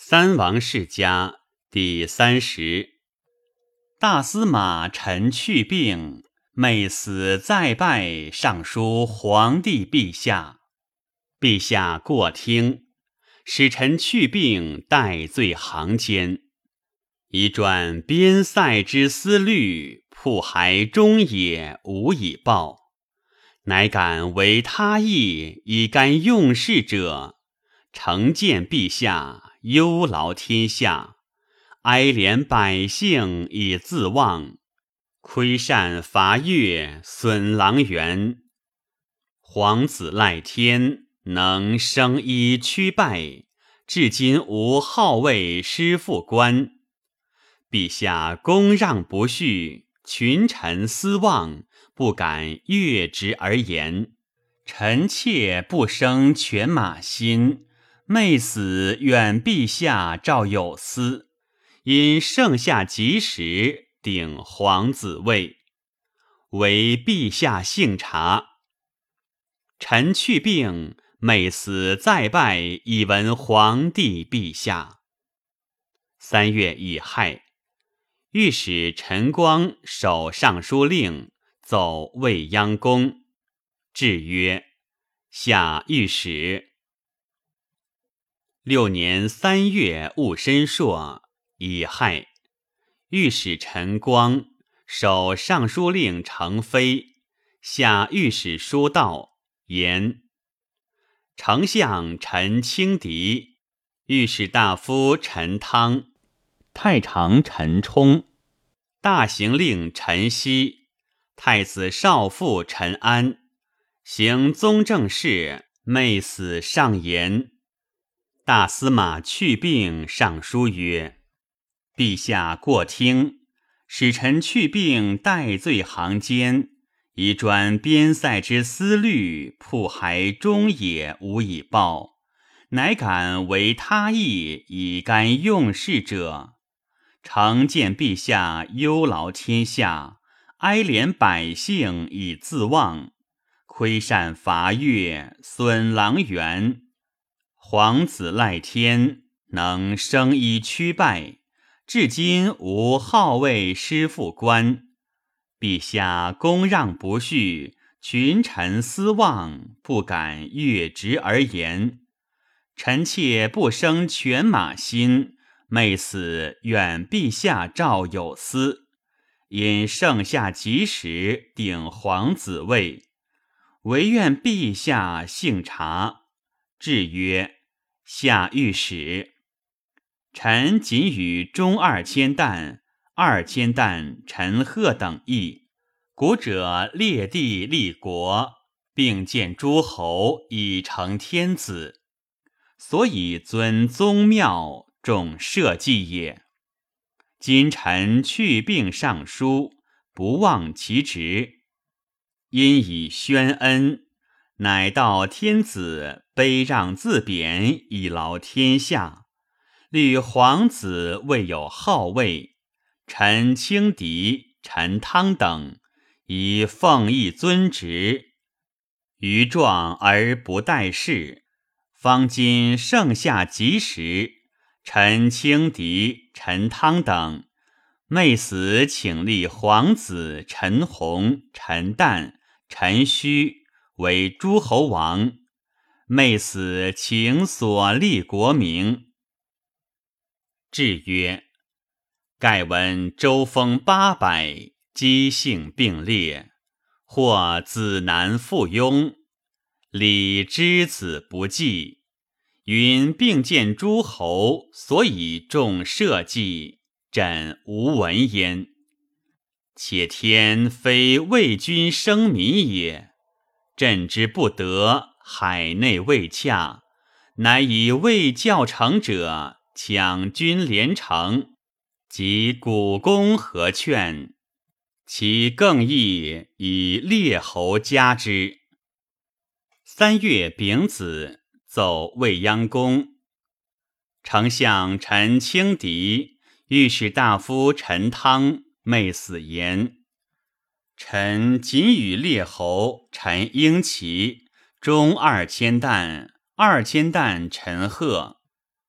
三王世家第30。大司马陈去病，妹死再拜尚书皇帝陛下。陛下过听，使陈去病戴罪行间，一传边塞之思虑，铺还中也无以报。乃敢为他意，以甘用事者，诚见陛下忧劳天下，哀怜百姓以自忘，亏善伐越，损狼园。皇子赖天能生医屈败，至今无号位师副官。陛下公让不恤，群臣思望，不敢越职而言。臣妾不生犬马心，妹死远陛下诏有司，因盛夏及时，顶皇子位，为陛下幸察。臣去病，妹死再拜，以闻皇帝陛下。3月乙亥，御史陈光守尚书令，奏未央宫，制曰：下御史。6年3月戊申朔，乙亥，御史陈光守尚书令程飞，下御史书道，言：丞相陈清狄，御史大夫陈汤，太常陈冲，大行令陈熙，太子少傅陈安，行宗正事，妹死上言。大司马去病上书曰：陛下过听，使臣去病戴罪行间，以专边塞之思虑，铺还中也无以报，乃敢为他意，以甘用事者，诚见陛下忧劳天下，哀怜百姓以自忘，亏善伐越，损狼园。皇子赖天能生医屈败，至今无号位师副官。陛下公让不恤，群臣思望，不敢越职而言。臣妾不生犬马心，妹死远陛下诏有司，因盛夏及时，顶皇子位，唯愿陛下幸察。制曰：下御史。臣仅与中2000担、2000担陈赫等议，古者列地立国，并建诸侯，以成天子，所以尊宗庙，重社稷也。今臣去病上书，不忘其职，因以宣恩，乃道天子卑让自贬，以劳天下。虑皇子未有号位，陈清狄、陈汤等以奉义尊职，于壮而不待事。方今盛夏及时，陈清狄、陈汤等妹死，请立皇子陈洪、陈旦、陈须为诸侯王，妹死请所立国名。制曰：盖闻周封800，姬姓并列，或子男附庸，礼之子不继，云并建诸侯，所以重社稷，朕无闻焉。且天非为君生民也，朕之不得，海内未洽，乃以未教成者，抢君连城，及古公合劝，其更易以列侯加之。3月丙子，奏未央宫，丞相陈清狄、御史大夫陈汤妹死言。臣仅与列侯陈英奇、中2000担、2000担陈赫，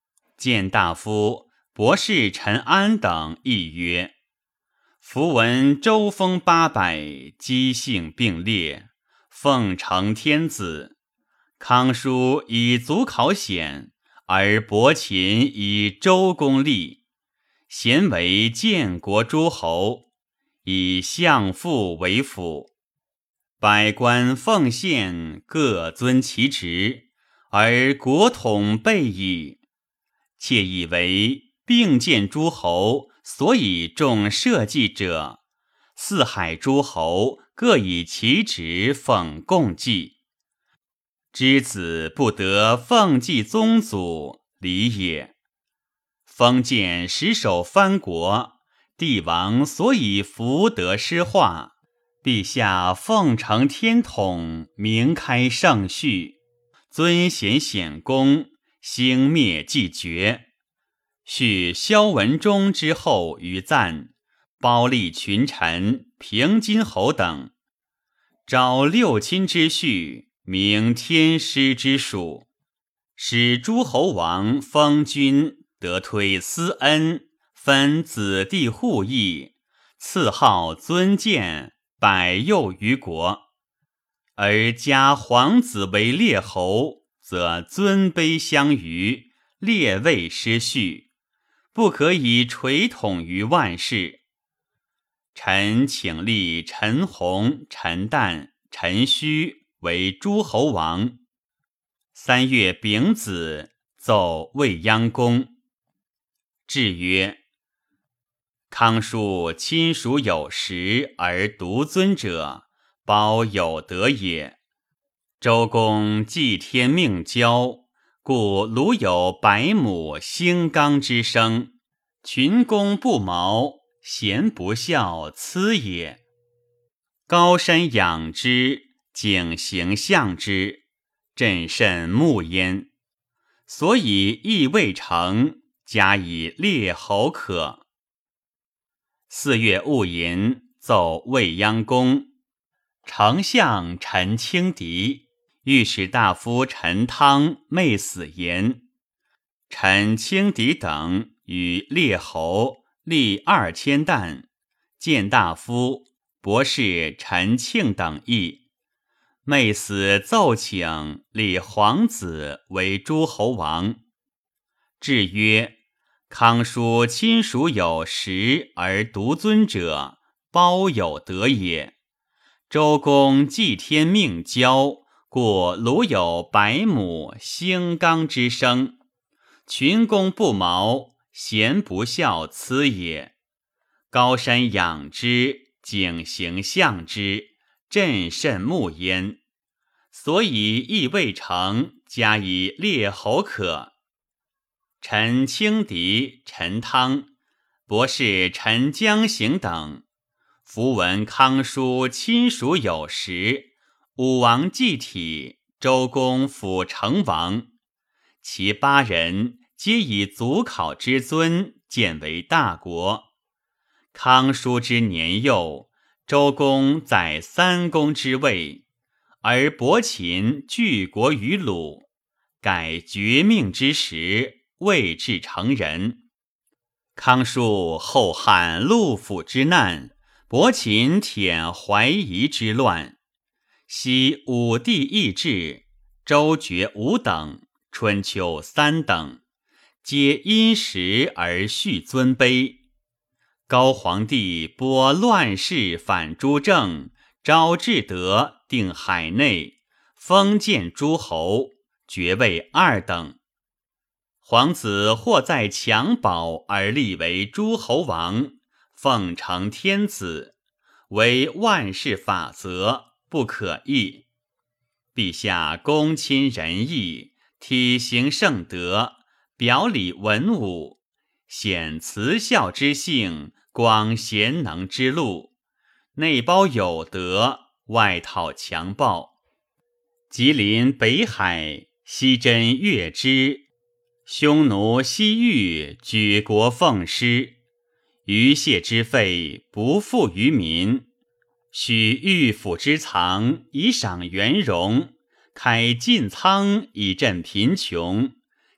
谏大夫、博士陈安等议曰：夫闻周封800，姬姓并列，奉承天子。康叔以祖考显，而伯禽以周公立，咸为建国诸侯，以相父为辅。百官奉献，各遵其职，而国统备矣。窃以为并建诸侯，所以重社稷者，四海诸侯各以其职奉共祭。之子不得奉祭宗祖，礼也。封建实守藩国，帝王所以福德施化，陛下奉承天统，明开圣序，尊贤显公，兴灭既绝。续萧文忠之后于赞，褒立群臣，平津侯等，招六亲之序，明天师之属，使诸侯王封君，得推私恩，分子弟户邑，赐号尊荐，百佑于国。而加皇子为列侯，则尊卑相于，列位失序，不可以垂统于万世。臣请立陈洪、陈旦、陈须为诸侯王。3月丙子，奏未央公。制曰：康叔亲属有实而独尊者，褒有德也。周公祭天命交，故鲁有百亩兴刚之声，群公不毛，贤不孝，疵也。高山仰之，景行象之，朕甚慕焉。所以亦未成，加以列侯可。4月戊寅，奏未央公。丞相陈清狄、御史大夫陈汤昧死言。陈清狄等与列侯立2000担，谏大夫、博士陈庆等议。昧死奏请立皇子为诸侯王。制曰：康叔亲属有实而独尊者，褒有德也。周公祭天命交，故鲁有百亩兴刚之声，群公不毛，贤不孝，疵也。高山仰之，景行象之，朕甚慕焉。所以亦未成，加以列侯可。陈清狄、陈汤、博士陈江行等，夫闻康叔亲属有实，武王继体，周公辅成王，其8人皆以祖考之尊，建为大国。康叔之年幼，周公在3公之位，而伯禽拒国于鲁，改绝命之时，未至成人。康叔后汉陆府之难，伯禽舔怀疑之乱，昔武帝易志、周绝5等、春秋3等，皆因时而续尊卑。高皇帝拨乱世反诸政，昭至德定海内，封建诸侯，爵位2等。皇子或在襁褓而立为诸侯王，奉承天子，为万世法则，不可议。陛下公亲仁义，体行圣德，表里文武，显慈孝之性，广贤能之路，内包有德，外讨强暴。吉临北海，西征月支，匈奴西域，举国奉师。余谢之费，不负于民。许御府之藏，以赏元荣；开进仓，以赈贫穷；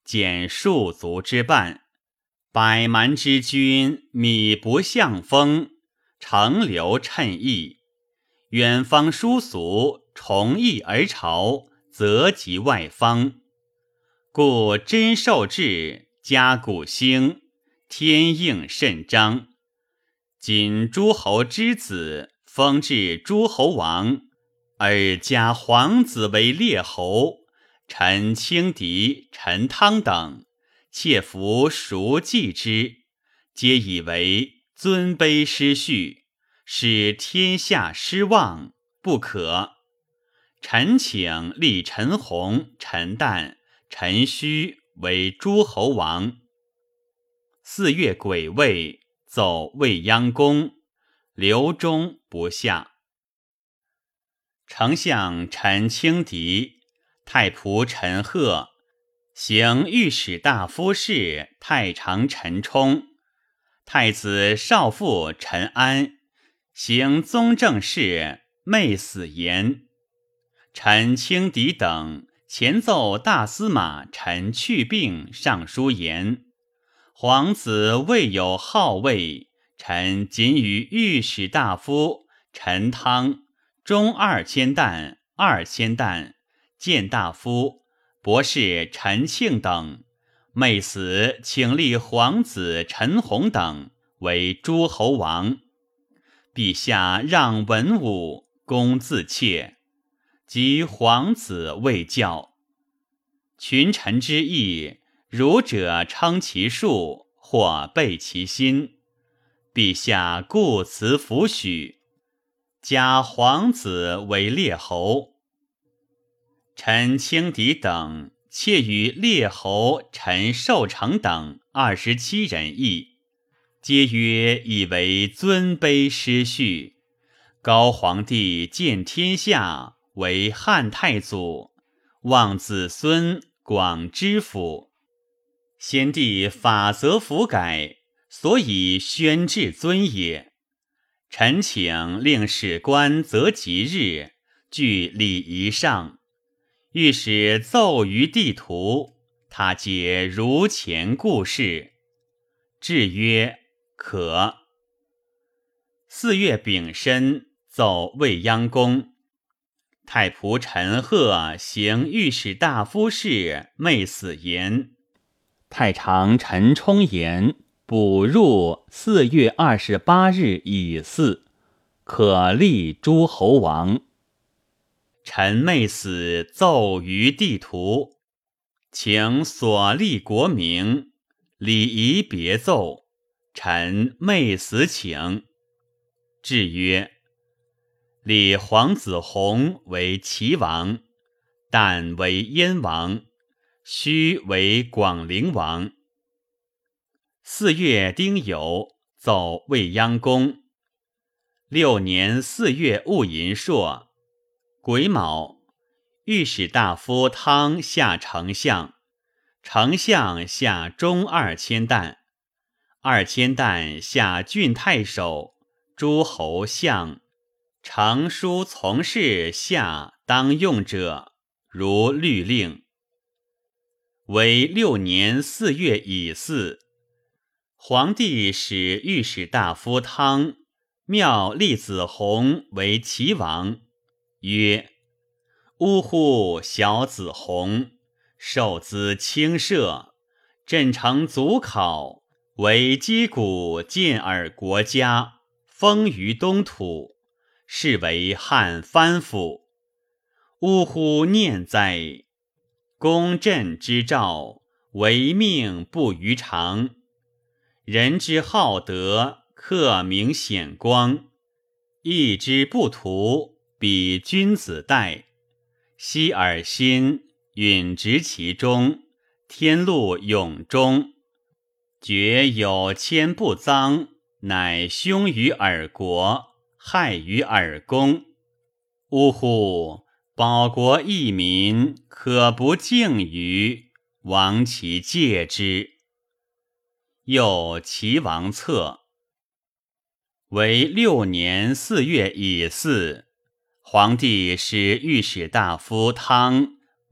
减数足之半。百蛮之君，米不向风，乘流趁意。远方殊俗，重义而朝，则及外方。故真受制，家古兴，天应甚彰。今诸侯之子，封至诸侯王，而加皇子为列侯，陈清狄、陈汤等，切服孰继之，皆以为尊卑失序，使天下失望，不可。臣请立陈洪、陈旦、陈须为诸侯王。4月癸未，奏未央宫，刘忠不下。丞相陈清狄、太仆陈赫、行御史大夫事太常陈冲、太子少傅陈安，行宗正事昧死言。陈清狄等前奏大司马陈去病上书言，皇子未有号位，臣仅与御史大夫陈汤、中2000担、2000担、谏大夫、博士陈庆等，昧死请立皇子陈洪等为诸侯王。陛下让文武，公自妾，及皇子未教。群臣之意，儒者称其术，或背其心。陛下故辞抚许，加皇子为列侯。陈清狄等窃与列侯陈寿成等27人议，皆曰以为尊卑失序。高皇帝见天下，为汉太祖，望子孙广知府。先帝法则弗改，所以宣至尊也。臣请令史官择吉日，据礼仪上，御史奏于地图，他皆如前故事。至曰可。4月丙申，奏未央宫。太仆陈赫行御史大夫事昧死言。太常陈冲言，补入4月28日乙巳，可立诸侯王。臣昧死奏于地图，请所立国名，礼仪别奏，臣昧死请。至曰：立皇子弘为齐王，旦为燕王，须为广陵王。4月丁酉，奏未央宫。6年4月戊寅朔，癸卯，御史大夫汤下丞相，丞相下中2000担，2000担下郡太守，诸侯相，常书从事下当用者，如律令。为6年4月乙巳，皇帝使御史大夫汤庙立子弘为齐王，曰：呜呼，小子弘，受资轻射，朕诚祖考，为击鼓建尔国家，封于东土，是为汉藩府。呜呼念哉！公朕之诏，唯命不于常。人之好德，克明显光，义之不图，比君子待。息尔心，允直其中，天禄永终。绝有谦不臧，乃凶于尔国，害于尔公。呜呼！保国益民，可不敬于，亡其戒之。又齐王策。为6年4月乙巳，皇帝使御史大夫汤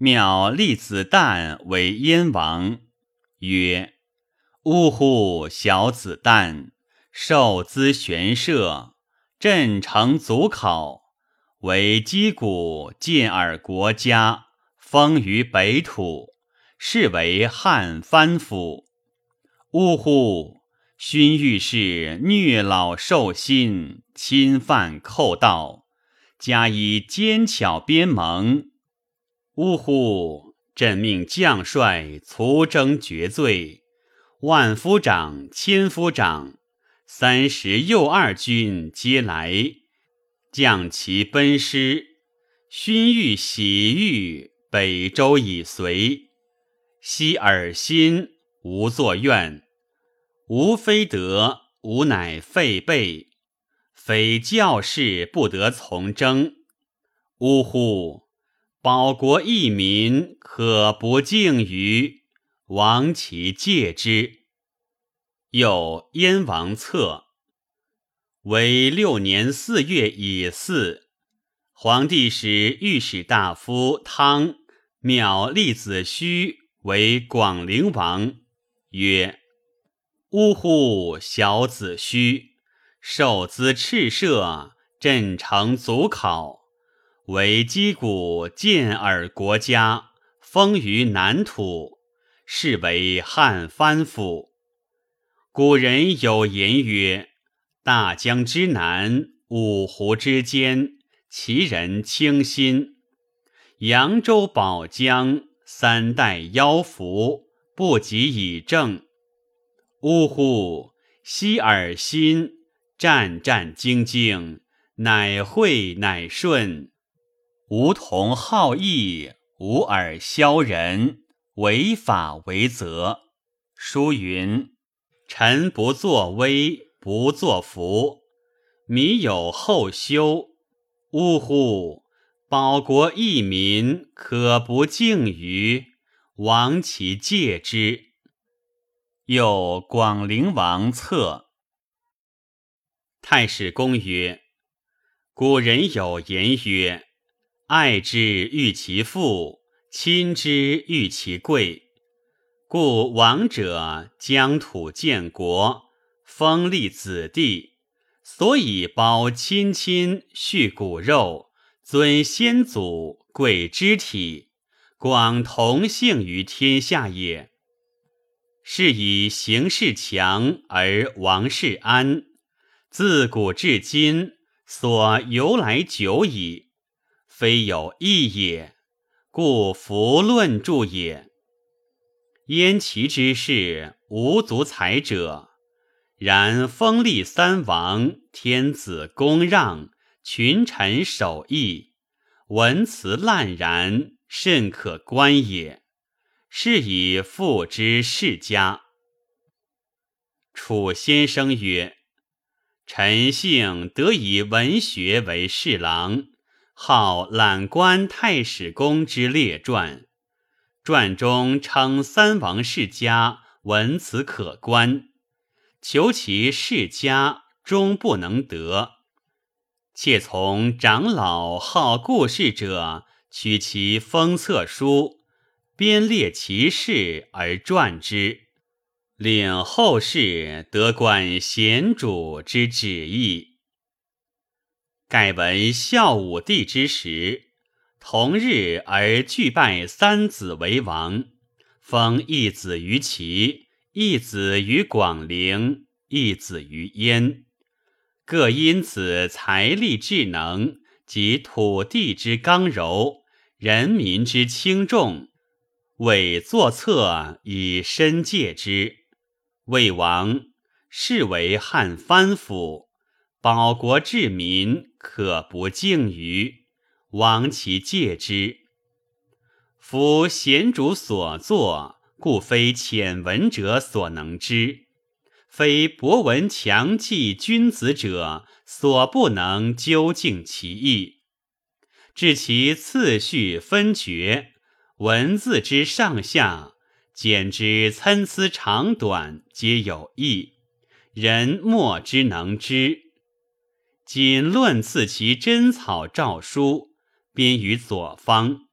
庙立子旦为燕王，曰：呜呼，小子旦，受资玄社，朕诚祖考，为击鼓建尔国家，封于北土，是为汉藩府。呜呼，勋御史虐老受薪，侵犯寇盗，加以奸巧边盟。呜呼，朕命将帅卒征绝罪，万夫长、千夫长、30右二军皆来，将其奔师。勋欲喜欲，北周以随，悉尔心，无作怨。吾非德，吾乃废备，非教士不得从征。呜呼，保国益民，可不敬于？王其戒之。又燕王策，为6年4月乙巳，皇帝使御史大夫汤庙立子虚为广陵王，曰：呜呼，小子虚，受资赤射，朕诚祖考，为击鼓建尔国家，封于南土，是为汉藩府。古人有言曰：大江之南，五湖之间，其人清心。扬州保江，3代妖服，不及以正。呜呼，悉尔心，战战兢兢，乃惠乃顺。吾同好义，吾尔萧人，为法为则。书云：臣不作威，不作福，民有后修。呜呼，保国益民，可不敬于？王其戒之。又广陵王策。太史公曰：古人有言曰：爱之欲其富，亲之欲其贵。故王者疆土建国，封立子弟，所以保亲亲，恤骨肉，尊先祖，贵肢体，广同姓于天下也。是以形势强而王室安，自古至今所由来久矣，非有异也，故弗论著也。燕齐之士，无足才者，然封立3王，天子公让，群臣守义，文辞烂然，甚可观也。是以复之世家。楚先生曰：臣幸得以文学为侍郎，好览观太史公之列传，传中称3王世家，文辞可观，求其世家，终不能得。且从长老好故事者，取其封册书，编列其事而传之，领后世得观贤主之旨意。盖闻孝武帝之时，同日而俱拜3子为王，封一子于齐，一子于广陵，一子于燕，各因此财力智能及土地之刚柔，人民之轻重，委作册以申戒之。魏王是为汉藩府，保国治民，可不敬于？王其戒之。夫贤主所作，故非浅闻者所能知，非博闻强记君子者所不能究竟其意。至其次序分绝，文字之上下，简之参差长短，皆有异，人莫之能知。仅论赐其真草诏书，编于左方，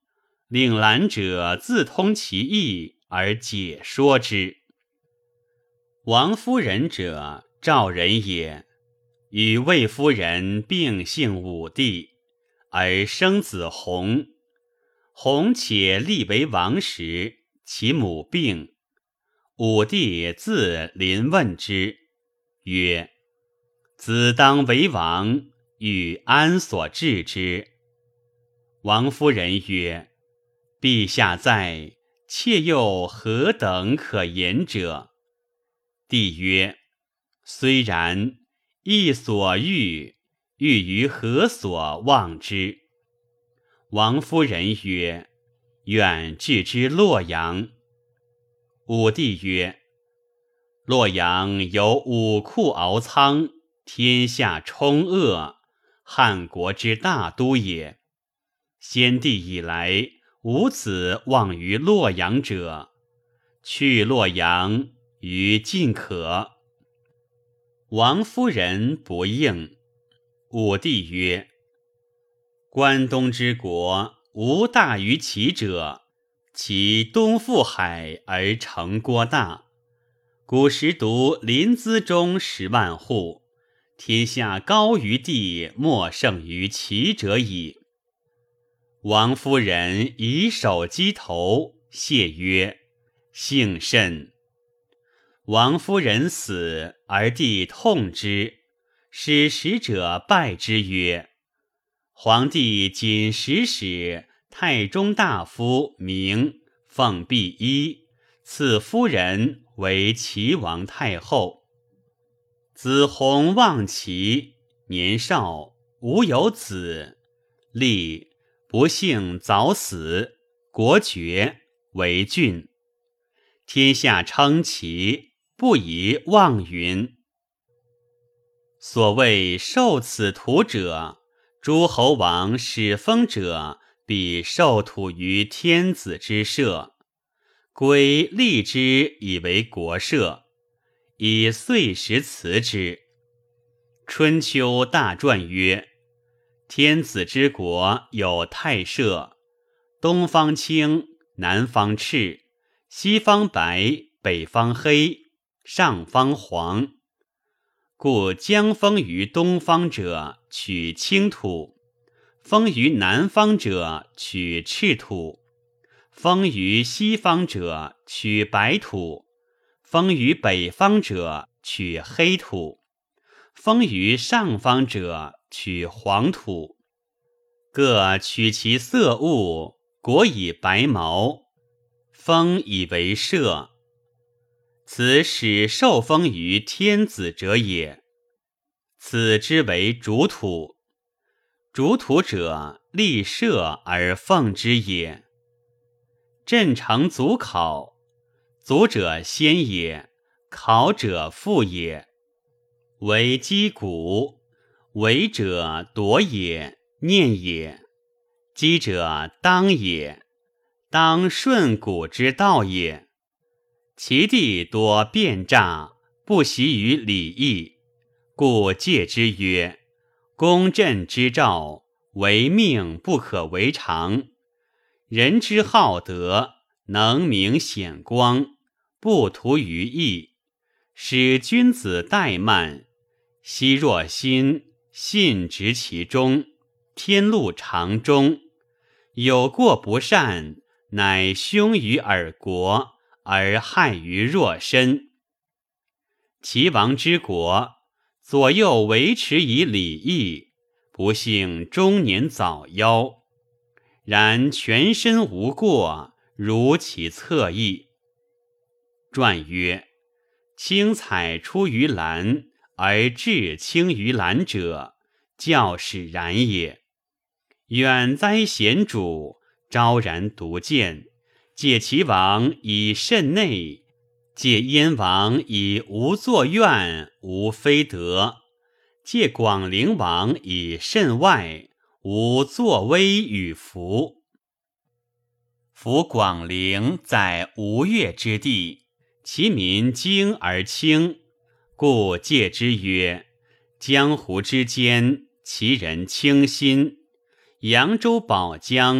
令览者自通其意而解说之。王夫人者，赵人也，与魏夫人并姓武帝，而生子弘。弘且立为王时，其母病，武帝自临问之，曰：子当为王，欲安所治之？王夫人曰：陛下在，妾又何等可言者？帝曰：虽然，亦所欲于何所望之？王夫人曰：愿置之洛阳。武帝曰：洛阳有武库敖仓，天下充恶，汉国之大都也。先帝以来，无子望于洛阳者，去洛阳于尽可。王夫人不应。武帝曰：关东之国，无大于其者，其东覆海而城郭大。古时独临淄中10万户，天下高于地，莫胜于其者矣。王夫人以手击头，谢曰：幸甚。王夫人死，而帝痛之，使使者拜之曰：皇帝仅时使太中大夫明奉弼一，赐夫人为齐王太后。子弘望齐，年少，无有子，立不幸早死，国绝，为郡。天下称其，不以妄云。所谓受此土者，诸侯王使封者，必受土于天子之社，归立之以为国社，以岁时辞之。春秋大传曰：天子之国有太社，东方青，南方赤，西方白，北方黑，上方黄。故将封于东方者，取青土；封于南方者，取赤土；封于西方者，取白土；封于北方者，取黑土；封于上方者，取黄土。各取其色物，国以白毛，封以为社。此始受封于天子者也。此之为主土。主土者，立社而奉之也。朕诚祖考，祖者先也，考者父也。为击鼓，为者夺也，念也。击者当也，当顺古之道也。其地多变诈，不习于礼义，故戒之曰：公朕之诏，为命不可为常。人之好德，能明显光，不图于义，使君子怠慢。昔若心，信直其中，天路长中。有过不善，乃凶于尔国，而害于弱身。齐王之国，左右维持以礼义，不幸中年早夭。然全身无过，如其侧翼。传曰：青彩出于蓝，而至青于蓝者，教使然也。远哉贤主，昭然独见，戒齐王以慎内，戒燕王以无作怨，无非德，戒广陵王以慎外，无作威与福。夫广陵在吴越之地，其民精而轻，故戒之曰：江湖之间，其人清心。扬州保江，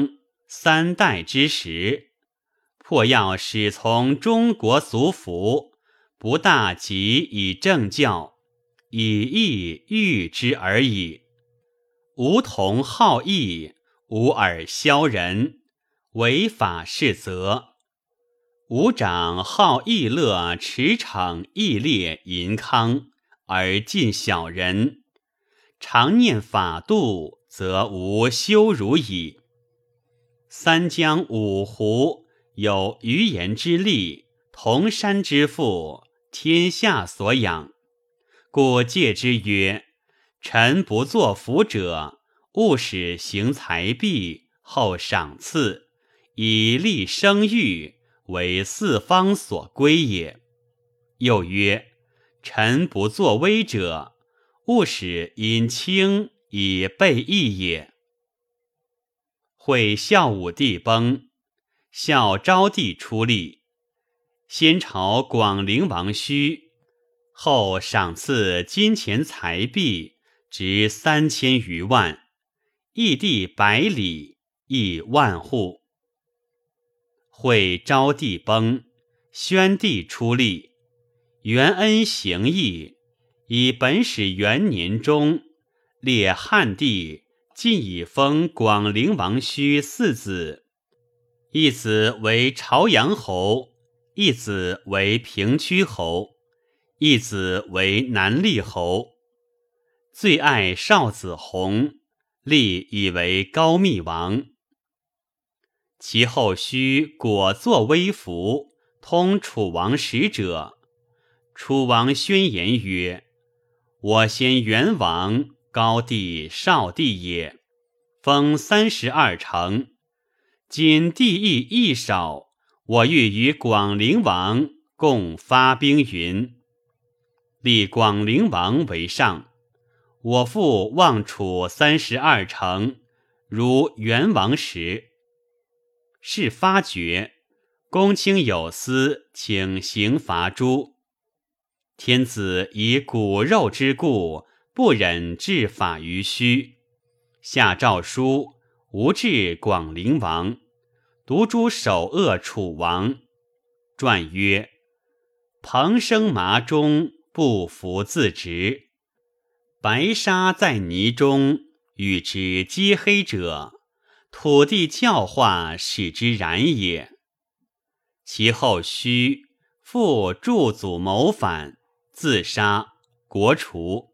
3代之时，迫要使从中国俗服，不大及以正教，以义喻之而已。吾同好义，吾尔消人，违法是责。吾长好义乐，驰骋义烈淫康，而近小人。常念法度，则无羞辱矣。三江五湖，有余言之利，同山之富，天下所养。故戒之曰：臣不作福者，勿使行财币，后赏赐，以利声誉，为四方所归也。又曰：臣不作威者，勿使因轻，以备义也。会孝武帝崩，孝昭帝出力，先朝广陵王须，后赏赐金钱财币，值3000余万，邑地100里，邑万户。会昭帝崩，宣帝出力，元恩行义，以本始元年中，列汉帝尽以封广陵王须4子，一子为朝阳侯，一子为平曲侯，一子为南厉侯。最爱少子弘，立以为高密王。其后须果作威服，通楚王使者。楚王宣言曰：我先元王，高帝少帝也，封32城。今地邑亦少，我欲与广陵王共发兵云。立广陵王为上，我父望楚32城，如元王时。是发觉，公卿有司，请刑罚诛。天子以骨肉之故，不忍治法于须，下诏书，无治广陵王，独诛首恶楚王。传曰：蓬生麻中，不服自直；白沙在泥中，与之皆黑者，土地教化使之然也。其后须复助祖谋反，自杀，国除。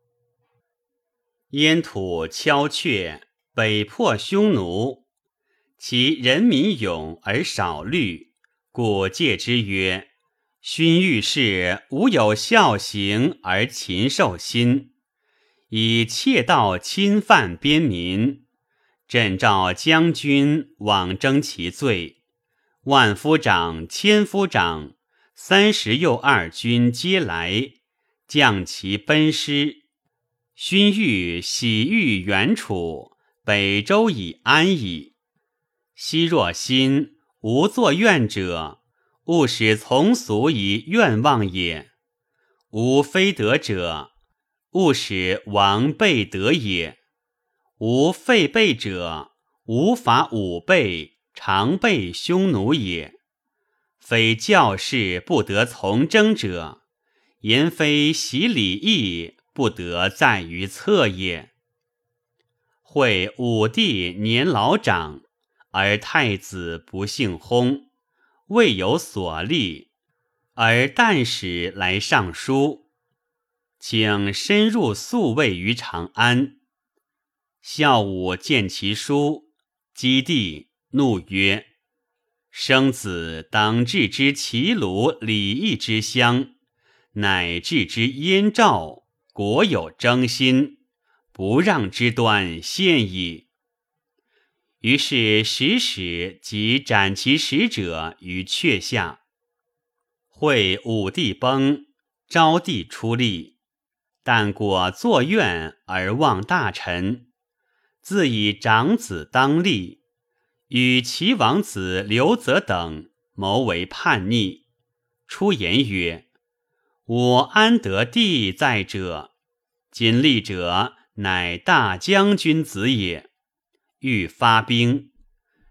燕土敲阙，北破匈奴，其人民勇而少虑，故戒之曰：勋遇事无有孝行而禽兽心，以窃盗侵犯边民。朕召将军往征其罪，万夫长、千夫长、30又2军皆来，将其奔师。勋欲喜遇远处，北周以安矣。昔若心无作愿者，勿使从俗以愿望也；无非德者，勿使王备德也。无废备者，无法5倍，常备匈奴也。非教士不得从征者，言非习礼义，不得在于侧也。会武帝年老长，而太子不幸薨，未有所立，而旦使来上书，请深入宿卫于长安。孝武见其书，击帝，怒曰：生子当置之齐鲁礼义之乡，乃置之燕赵，国有征心，不让之端现矣。于是使使即斩其使者于阙下。会武帝崩，昭帝出力，但果作愿而忘大臣，自以长子当立，与齐王子刘泽等谋为叛逆。出言曰：我安得帝在者？今立者乃大将军子也。欲发兵，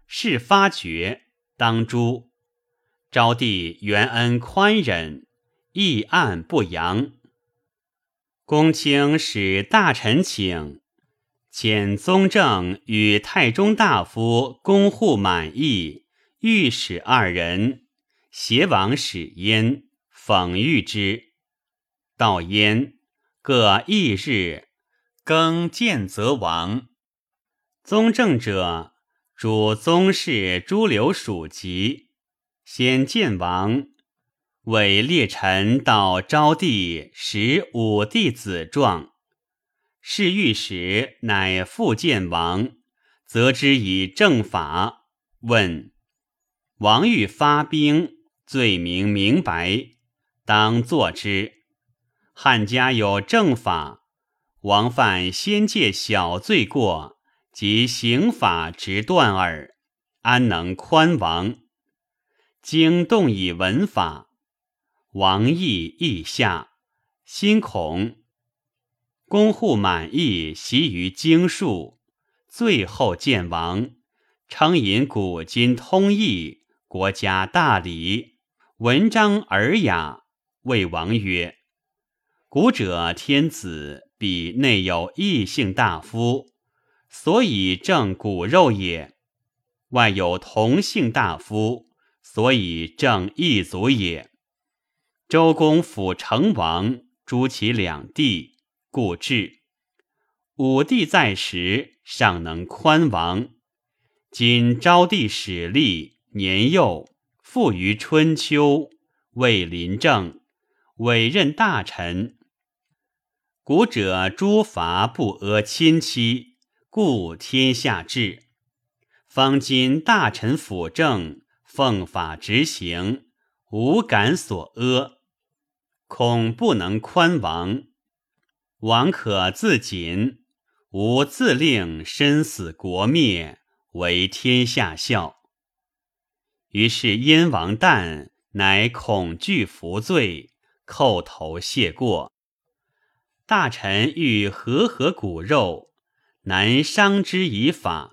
事发觉，当诛。昭帝元恩宽忍，议案不扬。公卿使大臣请，遣宗正与太中大夫公护满意、御史2人，携往使焉，讽喻之。到焉，各翌日，更见则亡。宗正者，主宗室诸流属籍，先见王，委列臣到昭帝使武帝子状。是御史乃复见王，责之以正法，问王欲发兵，罪名明白，当作之。汉家有正法，王犯先界小罪过，即刑法直断耳，安能宽王？经动以文法，王意下，心恐。公护满意习于经术，最后见王，称引古今通义，国家大礼，文章尔雅，谓王曰：古者天子必内有异姓大夫，所以正骨肉也；外有同姓大夫，所以正异族也。周公辅成王，诛其2弟，故治。武帝在时，尚能宽王。今昭帝始立，年幼，富于春秋，位临政，委任大臣。古者诸伐不阿亲戚，故天下治。方今大臣辅政，奉法执行，无敢所阿，恐不能宽王。王可自谨，吾自令身死国灭，为天下孝。于是燕王旦乃恐惧服罪，叩头谢过。大臣欲和骨肉，难伤之以法。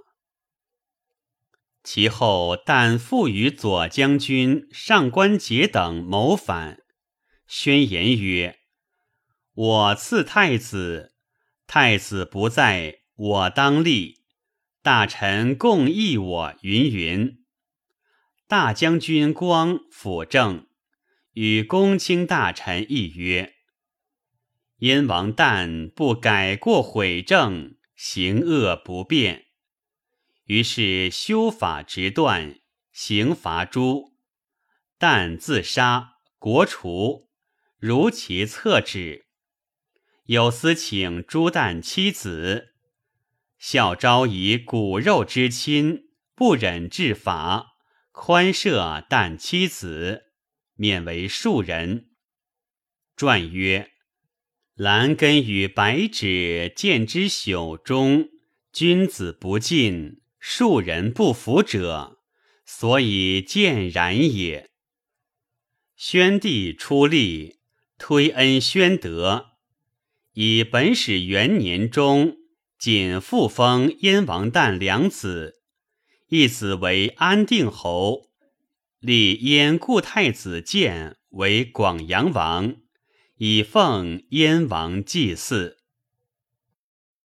其后但复与左将军上官桀等谋反，宣言曰：我赐太子，太子不在，我当立，大臣共议我云云。大将军光辅政，与公卿大臣议曰：燕王旦不改过悔正，行恶不变。于是修法直断，刑罚诛。旦自杀，国除，如其册旨。有司请诛旦妻子，孝昭以骨肉之亲，不忍治法，宽赦旦妻子，免为庶人。传曰：兰根与白芷见之朽中，君子不敬，庶人不服者，所以见然也。宣帝出力，推恩宣德，以本始元年中，仅复封燕王旦2子，一子为安定侯，立燕故太子建为广阳王，以奉燕王祭祀。